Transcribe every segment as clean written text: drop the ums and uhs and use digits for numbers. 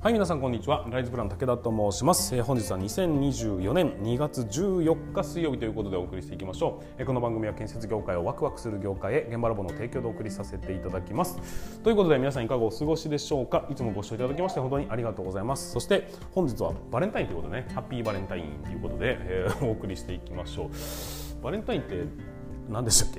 はい、皆さんこんにちは。ライズプラン武田と申します。本日は2024年2月14日水曜日ということでお送りしていきましょう。この番組は建設業界をワクワクする業界へ現場ラボの提供でお送りさせていただきます。ということで皆さんいかがお過ごしでしょうか。いつもご視聴いただきまして本当にありがとうございます。そして本日はバレンタインということでね、ハッピーバレンタインということで、お送りしていきましょう。バレンタインって何でしたっけ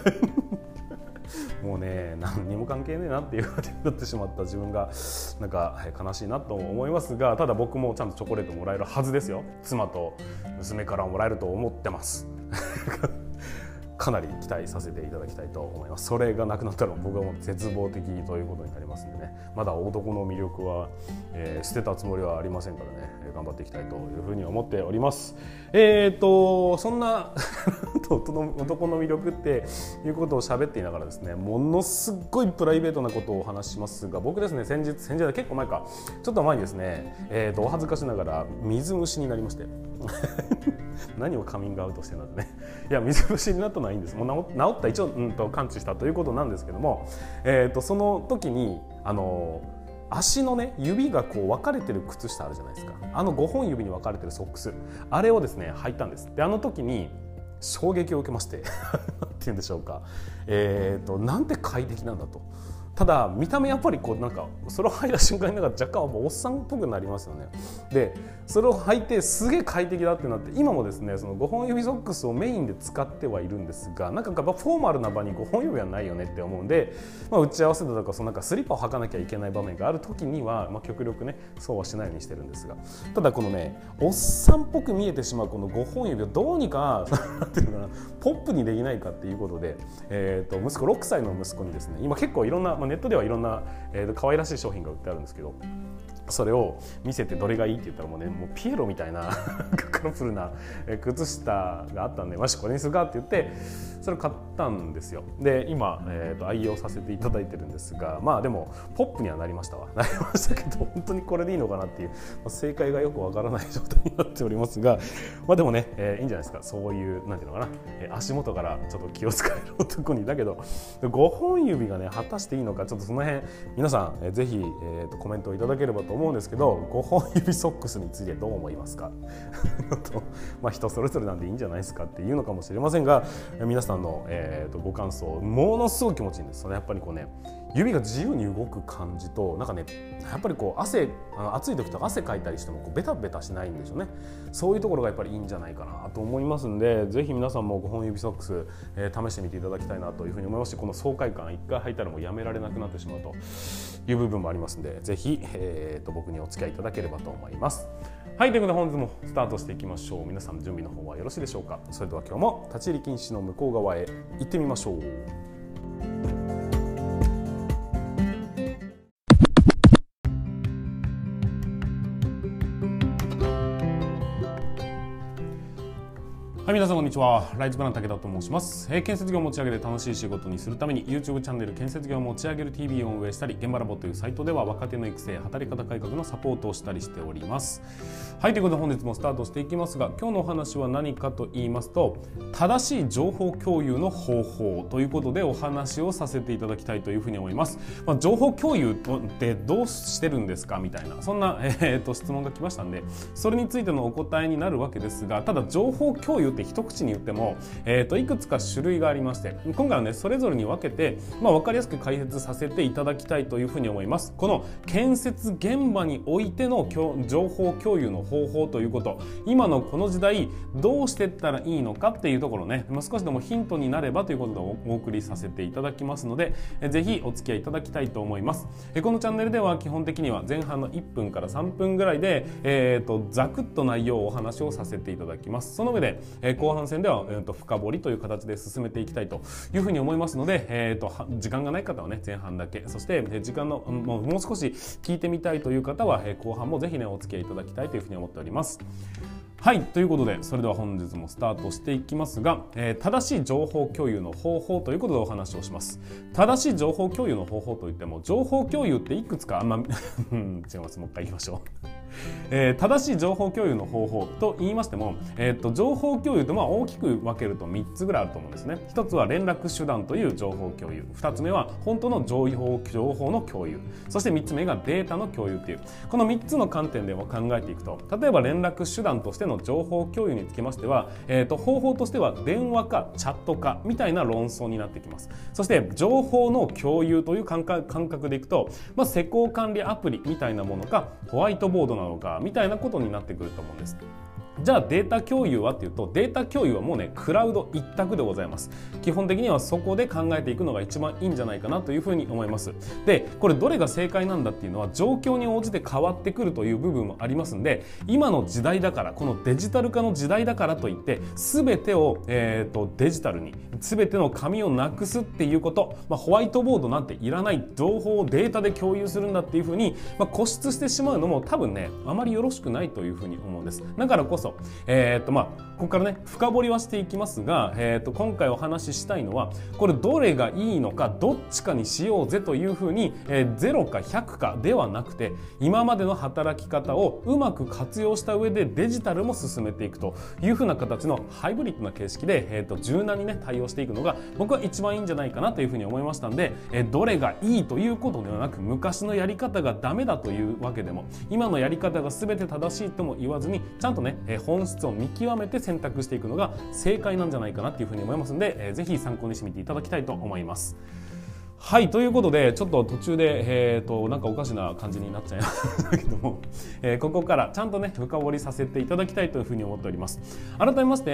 もうね、何にも関係ねえなっていう感じになってしまった自分がなんか悲しいなと思いますが、ただ僕もちゃんとチョコレートもらえるはずですよ。妻と娘からもらえると思ってますかなり期待させていただきたいと思います。それがなくなったら僕はもう絶望的ということになりますんでね、まだ男の魅力は、捨てたつもりはありませんからね、頑張っていきたいというふうに思っております。そんな男の魅力っていうことを喋っていながらですね、ものすごいプライベートなことをお話ししますが、僕ですね、先日結構前かちょっと前にですね、お恥ずかしながら水虫になりまして何をカミングアウトしてるんだね。いや、水虫になったのはいいんです。もう治った一応、完治したということなんですけども、その時に足のね、指がこう分かれてる靴下あるじゃないですか。5本指に分かれてるソックス、あれをですね履いたんです。で時に衝撃を受けましてなんて言うんでしょうか、なんて快適なんだと。ただ見た目やっぱりこうなんかそれを履いた瞬間になんか若干おっさんっぽくなりますよね。でそれを履いてすげえ快適だってなって、今もですねその5本指ソックスをメインで使ってはいるんですが、なんかやっぱフォーマルな場に5本指はないよねって思うんで、打ち合わせだとかそのなんかスリッパを履かなきゃいけない場面がある時には、極力ねそうはしないようにしてるんですが、ただこのねおっさんっぽく見えてしまうこの5本指をどうにかなんていうのかな、ポップにできないかっていうことで、息子6歳の息子にですね、今結構いろんな、ネットではいろんな、可愛らしい商品が売ってあるんですけど、それを見せてどれがいいって言ったらもうピエロみたいなカラフルな靴下があったんで、これにするかって言ってそれを買ったんですよ。で今、愛用させていただいてるんですが、でもポップにはなりましたけど、本当にこれでいいのかなっていう、正解がよくわからない状態になっておりますが、でもね、いいんじゃないですか。そういうなんていうのかな、足元からちょっと気を使える男に。だけど5本指がね果たしていいのか、ちょっとその辺皆さん、ぜひ、コメントをいただければと思うんですけど、5本指ソックスについてどう思いますかと、人それぞれなんでいいんじゃないですかっていうのかもしれませんが、皆さんの、ご感想ものすごい気持ちいいんです。やっぱりこうね、指が自由に動く感じと、なんかねやっぱりこう暑い時とか汗かいたりしてもこうベタベタしないんでしょうね。そういうところがやっぱりいいんじゃないかなと思いますんで、ぜひ皆さんも5本指ソックス、試してみていただきたいなというふうに思いますし、この爽快感1回履いたらもうやめられなくなってしまうという部分もありますんで、ぜひ、僕にお付き合いいただければと思います。はい、ということで本日もスタートしていきましょう。皆さん準備の方はよろしいでしょうか。それでは今日も立ち入り禁止の向こう側へ行ってみましょう。はい、皆さんこんにちは。ライズプラン武田と申します。建設業を持ち上げて楽しい仕事にするために YouTube チャンネル建設業を持ち上げる TV を運営したり、現場ラボというサイトでは若手の育成、働き方改革のサポートをしたりしております。はい、ということで本日もスタートしていきますが、今日のお話は何かと言いますと、正しい情報共有の方法ということでお話をさせていただきたいというふうに思います。情報共有ってどうしてるんですかみたいな、そんな、質問が来ましたんで、それについてのお答えになるわけですが、ただ情報共有って一口に言っても、いくつか種類がありまして、今回はねそれぞれに分けて、分かりやすく解説させていただきたいというふうに思います。この建設現場においての情報共有の方法ということ、今のこの時代どうしていったらいいのかっていうところね、少しでもヒントになればということでお送りさせていただきますので、ぜひお付き合いいただきたいと思います。このチャンネルでは基本的には前半の1分から3分ぐらいで、ざくっと内容をお話をさせていただきます。その上で、後半戦では、深掘りという形で進めていきたいというふうに思いますので、時間がない方はね前半だけ、そして時間のもう少し聞いてみたいという方は、後半もぜひねお付き合いいただきたいというふうに思っております。はい、ということでそれでは本日もスタートしていきますが、正しい情報共有の方法ということでお話をします。正しい情報共有の方法といっても、情報共有っていくつか違います。もう一回言いましょう正しい情報共有の方法と言いましても、情報共有と大きく分けると3つぐらいあると思うんですね。1つは連絡手段という情報共有、2つ目は本当の情報の共有、そして3つ目がデータの共有っていう、この3つの観点で考えていくと、例えば連絡手段としての情報共有につきましては、方法としては電話かチャットかみたいな論争になってきます。そして情報の共有という感覚でいくと、施工管理アプリみたいなものかホワイトボードなのかみたいなことになってくると思うんです。じゃあデータ共有はっていうと、データ共有はもうねクラウド一択でございます。基本的にはそこで考えていくのが一番いいんじゃないかなというふうに思います。でこれどれが正解なんだっていうのは状況に応じて変わってくるという部分もありますんで、今の時代だから、このデジタル化の時代だからといって全てを、デジタルに、全ての紙をなくすっていうこと、ホワイトボードなんていらない、情報をデータで共有するんだっていうふうに、固執してしまうのも多分ねあまりよろしくないというふうに思うんです。だからこそここからね深掘りはしていきますが、今回お話ししたいのは、これどれがいいのかどっちかにしようぜというふうに、0か100かではなくて、今までの働き方をうまく活用した上でデジタルも進めていくというふうな形のハイブリッドな形式で、柔軟にね対応していくのが僕は一番いいんじゃないかなというふうに思いましたんで、どれがいいということではなく、昔のやり方がダメだというわけでも、今のやり方が全て正しいとも言わずに、ちゃんとね本質を見極めて選択していくのが正解なんじゃないかなっていうふうに思いますので、ぜひ参考にしてみていただきたいと思います。はい、ということでちょっと途中で、なんかおかしな感じになっちゃいましたけども、ここからちゃんとね深掘りさせていただきたいというふうに思っております。改めまして、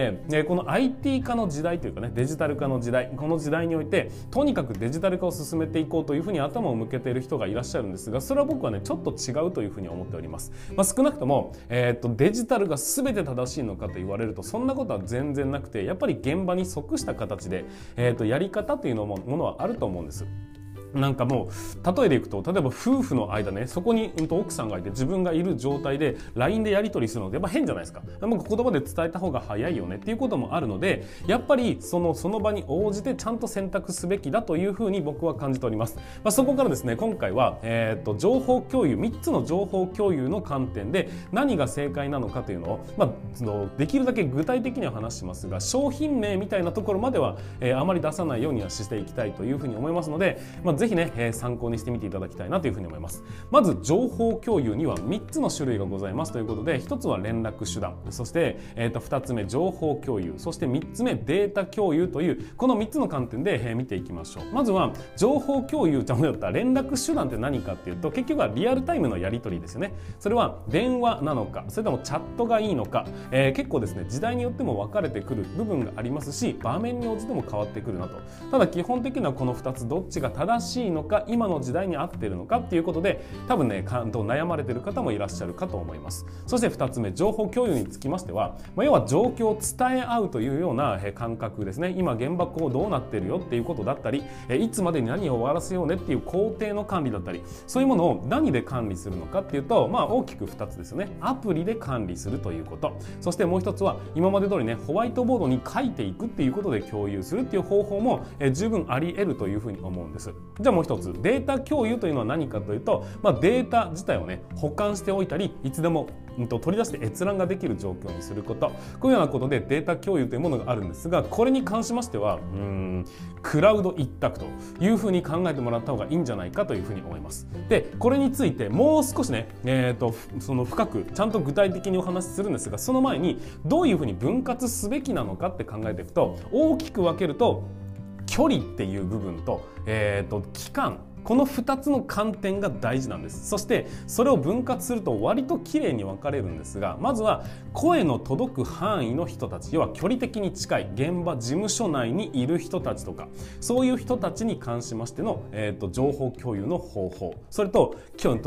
この IT 化の時代というかね、デジタル化の時代、この時代においてとにかくデジタル化を進めていこうというふうに頭を向けている人がいらっしゃるんですが、それは僕はねちょっと違うというふうに思っております。少なくとも、デジタルが全て正しいのかと言われるとそんなことは全然なくて、やっぱり現場に即した形で、やり方というものはあると思うんです。なんかもう例えでいくと、例えば夫婦の間ね、そこに、奥さんがいて自分がいる状態で LINE でやり取りするのってやっぱ変じゃないですか。言葉で伝えた方が早いよねっていうこともあるので、やっぱりその場に応じてちゃんと選択すべきだというふうに僕は感じております。そこからですね、今回は、情報共有、3つの情報共有の観点で何が正解なのかというのを、できるだけ具体的には話しますが、商品名みたいなところまでは、あまり出さないようにはしていきたいというふうに思いますので、ぜひね、参考にしてみていただきたいなというふうに思います。まず情報共有には3つの種類がございますということで、1つは連絡手段、そして、2つ目情報共有、そして3つ目データ共有という、この3つの観点で、見ていきましょう。まずは情報共有、連絡手段って何かっていうと、結局はリアルタイムのやり取りですよね。それは電話なのか、それともチャットがいいのか、結構ですね時代によっても分かれてくる部分がありますし、場面に応じても変わってくるなと。ただ基本的にはこの2つどっちが正しいのか、今の時代に合っているのかっていうことで、多分ね悩まれている方もいらっしゃるかと思います。そして2つ目、情報共有につきましては、要は状況を伝え合うというような感覚ですね。今現場こうどうなってるよっていうことだったり、いつまでに何を終わらせようねっていう工程の管理だったり、そういうものを何で管理するのかっていうと、大きく2つですよね。アプリで管理するということ、そしてもう一つは今まで通りねホワイトボードに書いていくっていうことで共有するっていう方法も十分あり得るというふうに思うんです。じゃあもう一つ、データ共有というのは何かというと、データ自体をね保管しておいたり、いつでも取り出して閲覧ができる状況にすること、こういうようなことでデータ共有というものがあるんですが、これに関しましてはクラウド一択というふうに考えてもらった方がいいんじゃないかというふうに思います。でこれについてもう少しね、その深くちゃんと具体的にお話しするんですが、その前にどういうふうに分割すべきなのかって考えていくと、大きく分けると距離っていう部分と、期間、この2つの観点が大事なんです。そしてそれを分割すると割と綺麗に分かれるんですが、まずは声の届く範囲の人たち、要は距離的に近い現場事務所内にいる人たちとか、そういう人たちに関しましての、情報共有の方法、それと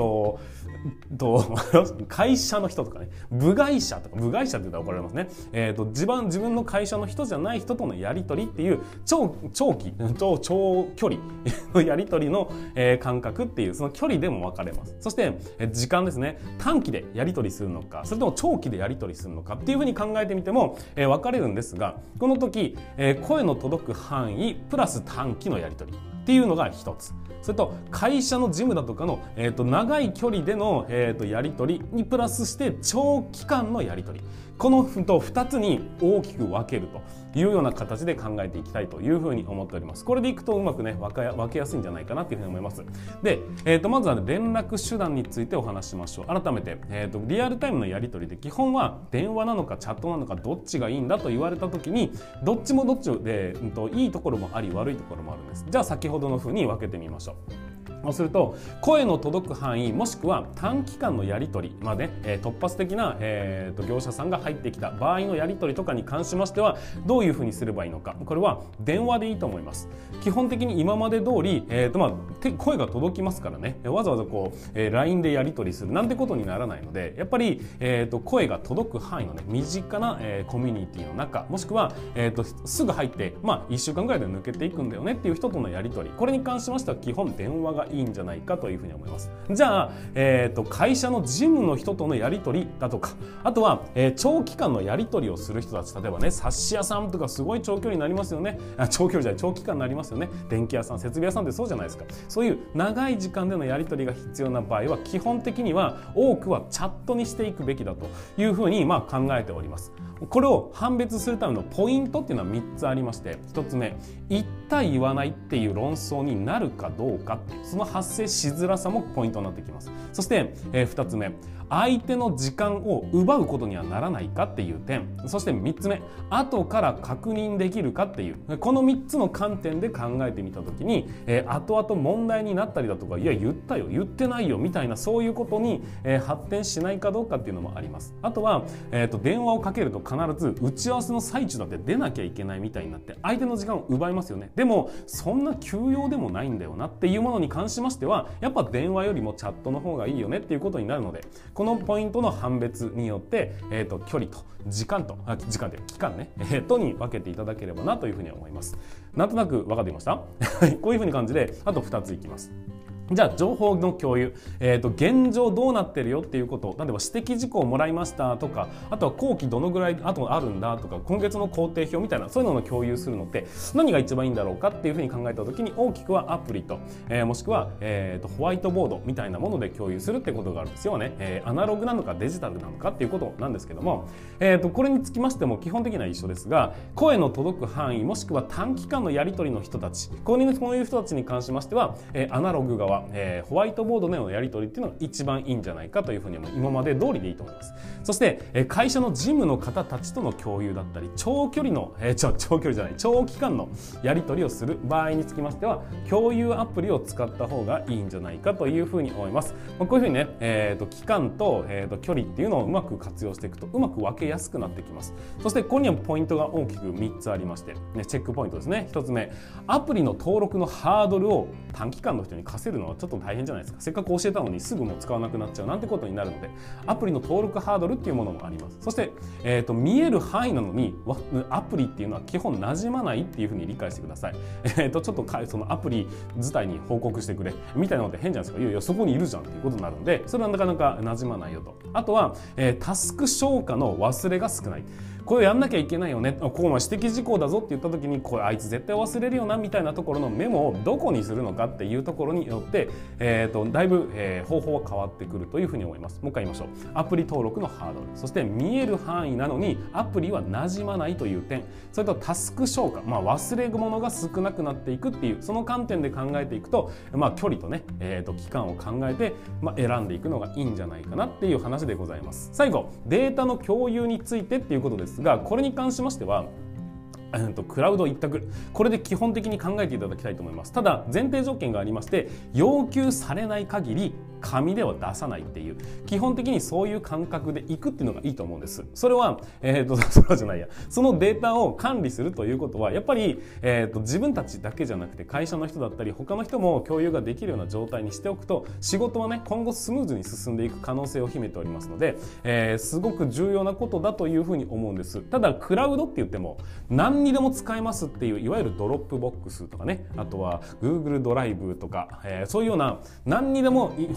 会社の人とかね、部外者とか、部外者って言ったら怒られますね。自分の会社の人じゃない人とのやり取りっていう長距離のやり取りの感覚っていう、その距離でも分かれます。そして時間ですね、短期でやり取りするのか、それとも長期でやり取りするのかっていうふうに考えてみても分かれるんですが、この時声の届く範囲プラス短期のやり取り、 っていうのが一つ。それと会社の事務だとかの、長い距離での、やり取りにプラスして長期間のやり取り、この2つに大きく分けるというような形で考えていきたいというふうに思っております。これでいくとうまくね分けやすいんじゃないかなというふうに思います。で、まずは、ね、連絡手段についてお話ししましょう。改めて、リアルタイムのやり取りで基本は電話なのかチャットなのかどっちがいいんだと言われた時にどっちもどっちで、いいところもあり悪いところもあるんです。じゃあ先ほどのふうに分けてみましょう。そうすると声の届く範囲もしくは短期間のやり取りまで、突発的な、業者さんが入ってきた場合のやり取りとかに関しましてはどういうふうにすればいいのか、これは電話でいいと思います。基本的に今まで通り、声が届きますからね、わざわざLINE でやり取りするなんてことにならないので、やっぱり、声が届く範囲のね身近な、コミュニティの中、もしくは、すぐ入って、1週間ぐらいで抜けていくんだよねっていう人とのやり取り、これに関しましては基本電話がいいんじゃないかというふうに思います。じゃあ、会社の事務の人とのやり取りだとか、あとは、長期間のやり取りをする人たち、例えばね冊子屋さんとかすごい長距離になりますよね。長期間になりますよね。電気屋さん、設備屋さんってそうじゃないですか。そういう長い時間でのやり取りが必要な場合は基本的には多くはチャットにしていくべきだというふうに考えております。これを判別するためのポイントっていうのは3つありまして、1つ目、言った言わないっていう論争になるかどうかっていう、その発生しづらさもポイントになってきます。そして、2つ目、相手の時間を奪うことにはならないかっていう点、そして3つ目、後から確認できるかっていう、この3つの観点で考えてみたときに、後々問題になったりだとか、いや言ったよ言ってないよみたいな、そういうことに、発展しないかどうかっていうのもあります。あとは、電話をかけると必ず打ち合わせの最中だって出なきゃいけないみたいになって相手の時間を奪いますよね。でもそんな急用でもないんだよなっていうものに関しましては、やっぱ電話よりもチャットの方がいいよねっていうことになるので、このポイントの判別によって、距離と期間ね、とに分けていただければなというふうに思います。なんとなく分かっていました？こういうふうに感じで、あと2ついきます。じゃあ情報の共有、現状どうなってるよっていうこと、例えば指摘事項をもらいましたとか、あとは後期どのぐらいあとあるんだとか、今月の工程表みたいな、そういうのを共有するのって何が一番いいんだろうかっていうふうに考えた時に、大きくはアプリと、もしくは、ホワイトボードみたいなもので共有するってことがあるんですよね。アナログなのかデジタルなのかっていうことなんですけども、これにつきましても基本的には一緒ですが、声の届く範囲もしくは短期間のやり取りの人たち、こういう人たちに関しましては、アナログ側、ホワイトボードでのやり取りっていうのが一番いいんじゃないかというふうに今まで通りでいいと思います。そして、会社の事務の方たちとの共有だったり、長期間のやり取りをする場合につきましては、共有アプリを使った方がいいんじゃないかというふうに思います。こういうふうにね、期間と、距離っていうのをうまく活用していくとうまく分けやすくなってきます。そしてここにはポイントが大きく3つありまして、チェックポイントですね。1つ目、アプリの登録のハードルを短期間の人に課せるのはちょっと大変じゃないですか。せっかく教えたのにすぐもう使わなくなっちゃうなんてことになるので、アプリの登録ハードルっていうものもあります。そして、見える範囲なのにアプリっていうのは基本馴染まないっていうふうに理解してください。ちょっとそのアプリ自体に報告してくれみたいなのって変じゃないですか。いやそこにいるじゃんっていうことになるので、それはなかなか馴染まないよと。あとは、タスク消化の忘れが少ない。これやんなきゃいけないよね、ここも指摘事項だぞって言った時に、これあいつ絶対忘れるよなみたいなところのメモをどこにするのかっていうところによって、だいぶ、方法は変わってくるというふうに思います。もう一回言いましょう。アプリ登録のハードル、そして見える範囲なのにアプリは馴染まないという点、それとタスク消化、忘れ物が少なくなっていくっていう、その観点で考えていくと、距離とね、期間を考えて、選んでいくのがいいんじゃないかなっていう話でございます。最後、データの共有についてっていうことですが、これに関しましてはクラウド一択、これで基本的に考えていただきたいと思います。ただ前提条件がありまして、要求されない限り紙では出さないっていう、基本的にそういう感覚でいくっていうのがいいと思うんです。それは、そのデータを管理するということはやっぱり、自分たちだけじゃなくて会社の人だったり他の人も共有ができるような状態にしておくと、仕事はね今後スムーズに進んでいく可能性を秘めておりますので、すごく重要なことだというふうに思うんです。ただクラウドって言っても何にでも使えますっていう、いわゆるドロップボックスとかね、あとは Google ドライブとか、そういうような何にでも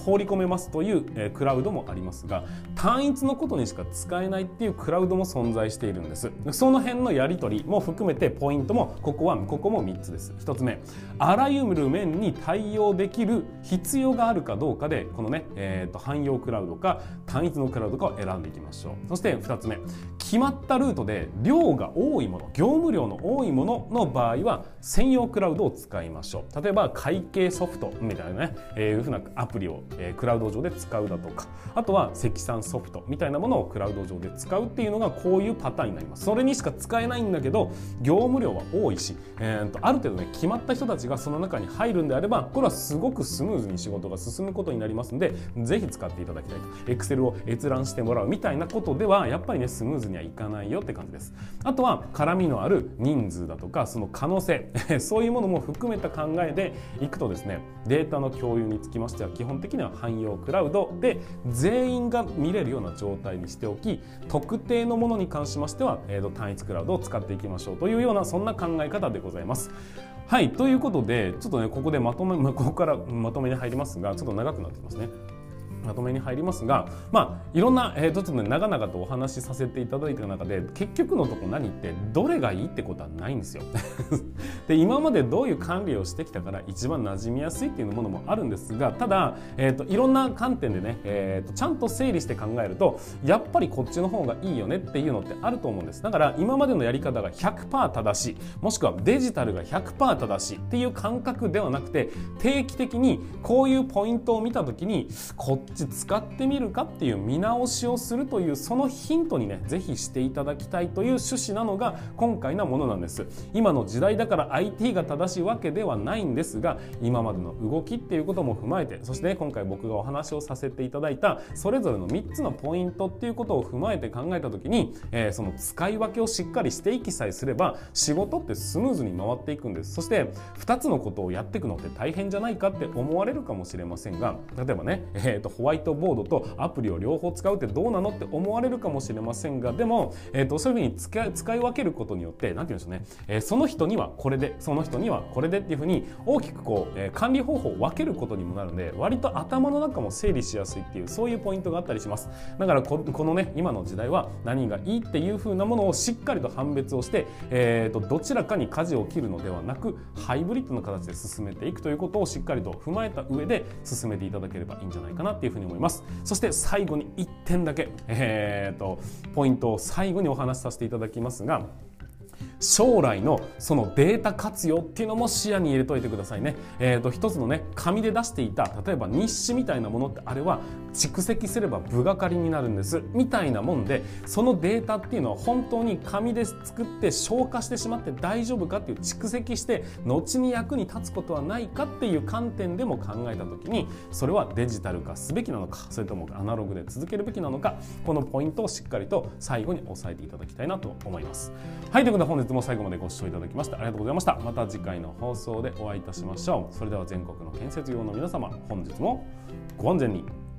放り込めますという、クラウドもありますが、単一のことにしか使えないっていうクラウドも存在しているんです。その辺のやり取りも含めてポイントもここも3つです。1つ目、あらゆる面に対応できる必要があるかどうかでこのね、汎用クラウドか単一のクラウドかを選んでいきましょう。そして2つ目、決まったルートで量が多いもの、業務量の多いものの場合は専用クラウドを使いましょう。例えば会計ソフトみたいなね、いうふうなアプリを、クラウド上で使うだとか、あとは積算ソフトみたいなものをクラウド上で使うっていうのがこういうパターンになります。それにしか使えないんだけど業務量は多いし、ある程度ね決まった人たちがその中に入るんであれば、これはすごくスムーズに仕事が進むことになりますので、ぜひ使っていただきたいと。Excel を閲覧してもらうみたいなことではやっぱりねスムーズにはいかないよって感じです。あとは絡みのある人数だとかその可能性そういうものも含めた考えでいくとですね、データの共有につきましては基本的には汎用クラウドで全員が見れるような状態にしておき、特定のものに関しましては、単一クラウドを使っていきましょうというようなそんな考え方でございます。はい、ということでちょっとねここでここからまとめに入りますが、ちょっと長くなってきますね。まとめに入りますが、いろんな、ちょっとね長々とお話しさせていただいた中で、結局のところ何ってどれがいいってことはないんですよで今までどういう管理をしてきたから一番馴染みやすいっていうものもあるんですが、ただ、いろんな観点でね、ちゃんと整理して考えるとやっぱりこっちの方がいいよねっていうのってあると思うんです。だから今までのやり方が 100% 正しい、もしくはデジタルが 100% 正しいっていう感覚ではなくて、定期的にこういうポイントを見た時にこっち使ってみるかっていう見直しをするという、そのヒントにねぜひしていただきたいという趣旨なのが今回のものなんです。今の時代だから IT が正しいわけではないんですが、今までの動きっていうことも踏まえて、そして、ね、今回僕がお話をさせていただいたそれぞれの3つのポイントっていうことを踏まえて考えた時に、その使い分けをしっかりしていきさえすれば仕事ってスムーズに回っていくんです。そして2つのことをやっていくのって大変じゃないかって思われるかもしれませんが、例えばね、ホワイトボードとアプリを両方使うってどうなのって思われるかもしれませんが、でも、そういうふうに使い分けることによってなんて言うんでしょうね、その人にはこれでその人にはこれでっていうふうに大きくこう、管理方法を分けることにもなるので、割と頭の中も整理しやすいっていう、そういうポイントがあったりします。だからこのね今の時代は何がいいっていうふうなものをしっかりと判別をして、どちらかに舵を切るのではなくハイブリッドの形で進めていくということをしっかりと踏まえた上で進めていただければいいんじゃないかなっていうふうに思います。そして最後に1点だけ、ポイントを最後にお話しさせていただきますが、将来のそのデータ活用っていうのも視野に入れといてくださいね。一つのね紙で出していた例えば日誌みたいなものって、あれは蓄積すれば分がかりになるんですみたいなもんで、そのデータっていうのは本当に紙で作って消化してしまって大丈夫かっていう、蓄積して後に役に立つことはないかっていう観点でも考えた時に、それはデジタル化すべきなのか、それともアナログで続けるべきなのか、このポイントをしっかりと最後に押さえていただきたいなと思います。はい、ということで本日も最後までご視聴いただきましてありがとうございました。また次回の放送でお会いいたしましょう。それでは全国の建設業の皆様、本日もご安全に。